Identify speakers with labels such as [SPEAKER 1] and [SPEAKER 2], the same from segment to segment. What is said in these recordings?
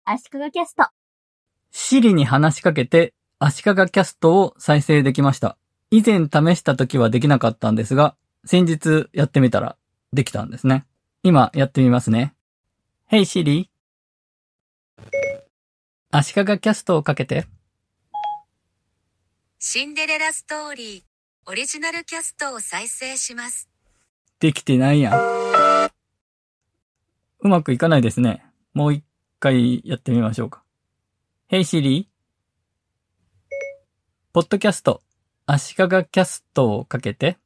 [SPEAKER 1] 足利キャスト。
[SPEAKER 2] シリに話しかけて足利キャストを再生できました。以前試した時はできなかったんですが、先日やってみたらできたんですね。今やってみますね。Hey Siri。足利キャストをかけて。
[SPEAKER 3] シンデレラストーリー、オリジナルキャストを再生します。
[SPEAKER 2] できてないやん。うまくいかないですね。もう一回やってみましょうか。Hey Siri。ポッドキャスト、足利キャストをかけて。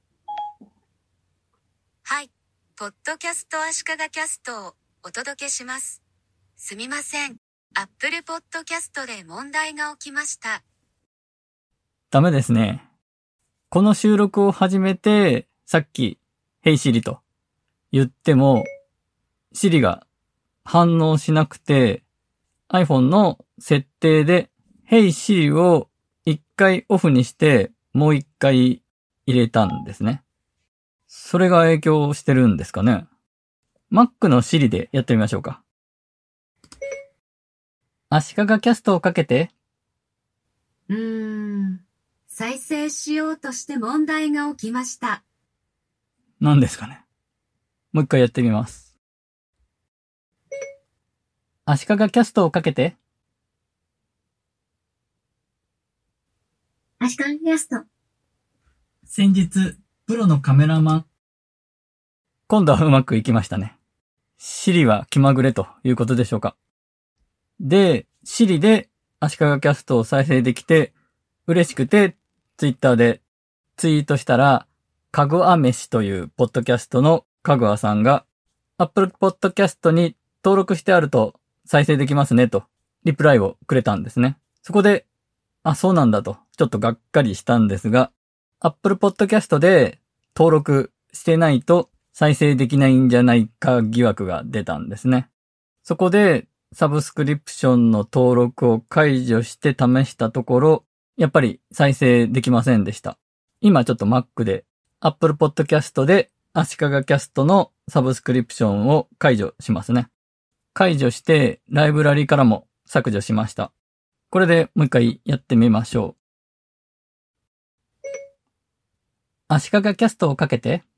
[SPEAKER 3] はい。ポッドキャスト足利キャストをお届けします。すみません。Apple Podcast で問題が起きました。
[SPEAKER 2] ダメですね。この収録を始めて、さっき、Hey Siri と言っても、Siri が反応しなくて、iPhone の設定で Hey Siri を一回オフにして、もう一回入れたんですね。それが影響してるんですかね。Mac の Siri でやってみましょうか。足利キャストをかけて。
[SPEAKER 3] 再生しようとして問題が起きました。
[SPEAKER 2] 何ですかね。もう一回やってみます。足利キャストをかけて。
[SPEAKER 1] 足利キャスト。
[SPEAKER 2] 先日、プロのカメラマン。今度はうまくいきましたね。Siriは気まぐれということでしょうか。で、Siriで足利キャストを再生できて、嬉しくて、Twitter でツイートしたら、かぐわ飯というポッドキャストのかぐわさんが、Apple Podcast に登録してあると再生できますねと、リプライをくれたんですね。そこで、そうなんだと、ちょっとがっかりしたんですが、Apple Podcast で登録してないと再生できないんじゃないか疑惑が出たんですね。そこで、サブスクリプションの登録を解除して試したところ、やっぱり再生できませんでした。今ちょっと Mac で Apple Podcast で足利キャストのサブスクリプションを解除しますね。解除してライブラリからも削除しました。これでもう一回やってみましょう。足利キャストをかけて。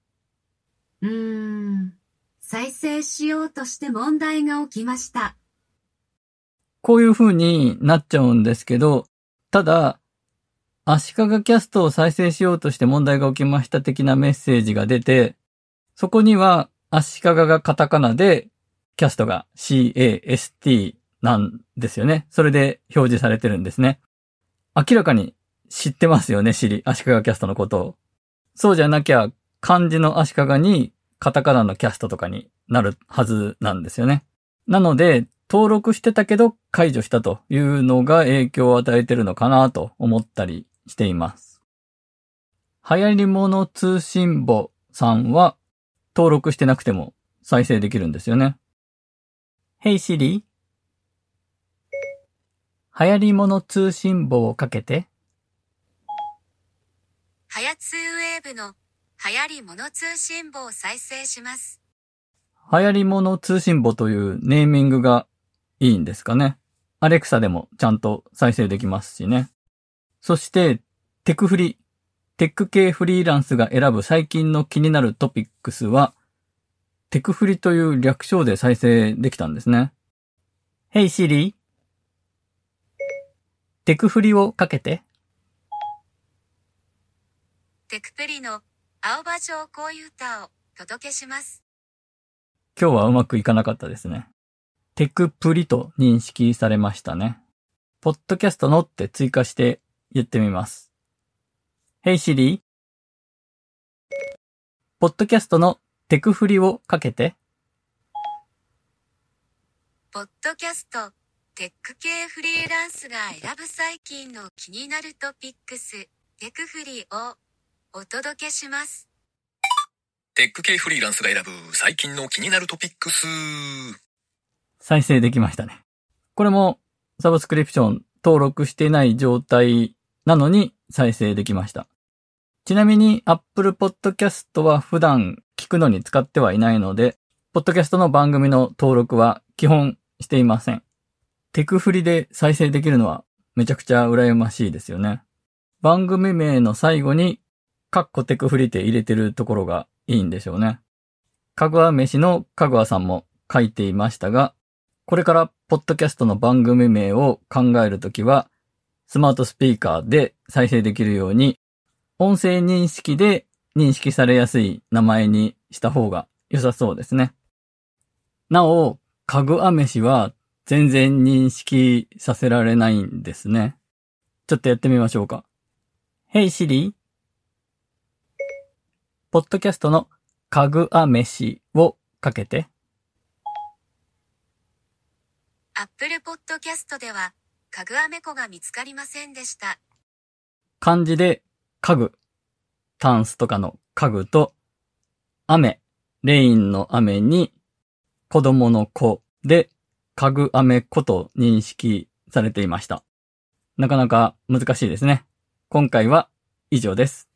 [SPEAKER 3] 再生しようとして問題が起きました。
[SPEAKER 2] こういう風になっちゃうんですけど、ただ、足利キャストを再生しようとして問題が起きました的なメッセージが出て、そこには足利がカタカナで、キャストが CAST なんですよね。それで表示されてるんですね。明らかに知ってますよね、足利キャストのことを。そうじゃなきゃ漢字の足利にカタカナのキャストとかになるはずなんですよね。なので、登録してたけど解除したというのが影響を与えてるのかなと思ったりしています。流行り物通信簿さんは登録してなくても再生できるんですよね。Hey Siri。流行り物通信簿をかけて。
[SPEAKER 3] はやつーウェーブの流行り物通信簿を再生します。
[SPEAKER 2] 流行り物通信簿というネーミングがいいんですかね。アレクサでもちゃんと再生できますしね。そして、テク系フリーランスが選ぶ最近の気になるトピックスは、テクフリという略称で再生できたんですね。Hey Siri。テクフリをかけて。
[SPEAKER 3] テクプリの青葉城恋歌を届けします。
[SPEAKER 2] 今日はうまくいかなかったですね。テクプリと認識されましたね。ポッドキャストのって追加して言ってみます。Hey Siri。ポッドキャストのテクフリをかけて。
[SPEAKER 3] ポッドキャスト、テック系フリーランスが選ぶ最近の気になるトピックス、テクフリをお届けします。
[SPEAKER 4] テック系フリーランスが選ぶ最近の気になるトピックス。
[SPEAKER 2] 再生できましたね。これもサブスクリプション登録していない状態なのに再生できました。ちなみに Apple Podcast は普段聞くのに使ってはいないので、ポッドキャストの番組の登録は基本していません。 テクフリで再生できるのはめちゃくちゃ羨ましいですよね。番組名の最後に、テクフリって入れてるところがいいんでしょうね。かぐわ飯のかぐわさんも書いていましたが、これからポッドキャストの番組名を考えるときは、スマートスピーカーで再生できるように、音声認識で認識されやすい名前にした方が良さそうですね。なお、かぐわ飯は全然認識させられないんですね。ちょっとやってみましょうか。Hey Siri、ポッドキャストのかぐわ飯をかけて。
[SPEAKER 3] Apple Podcast では、かぐわめこが見つかりませんでした。
[SPEAKER 2] 漢字でかぐ、タンスとかのかぐと、雨、レインの雨に、子供の子で、かぐあめこと認識されていました。なかなか難しいですね。今回は以上です。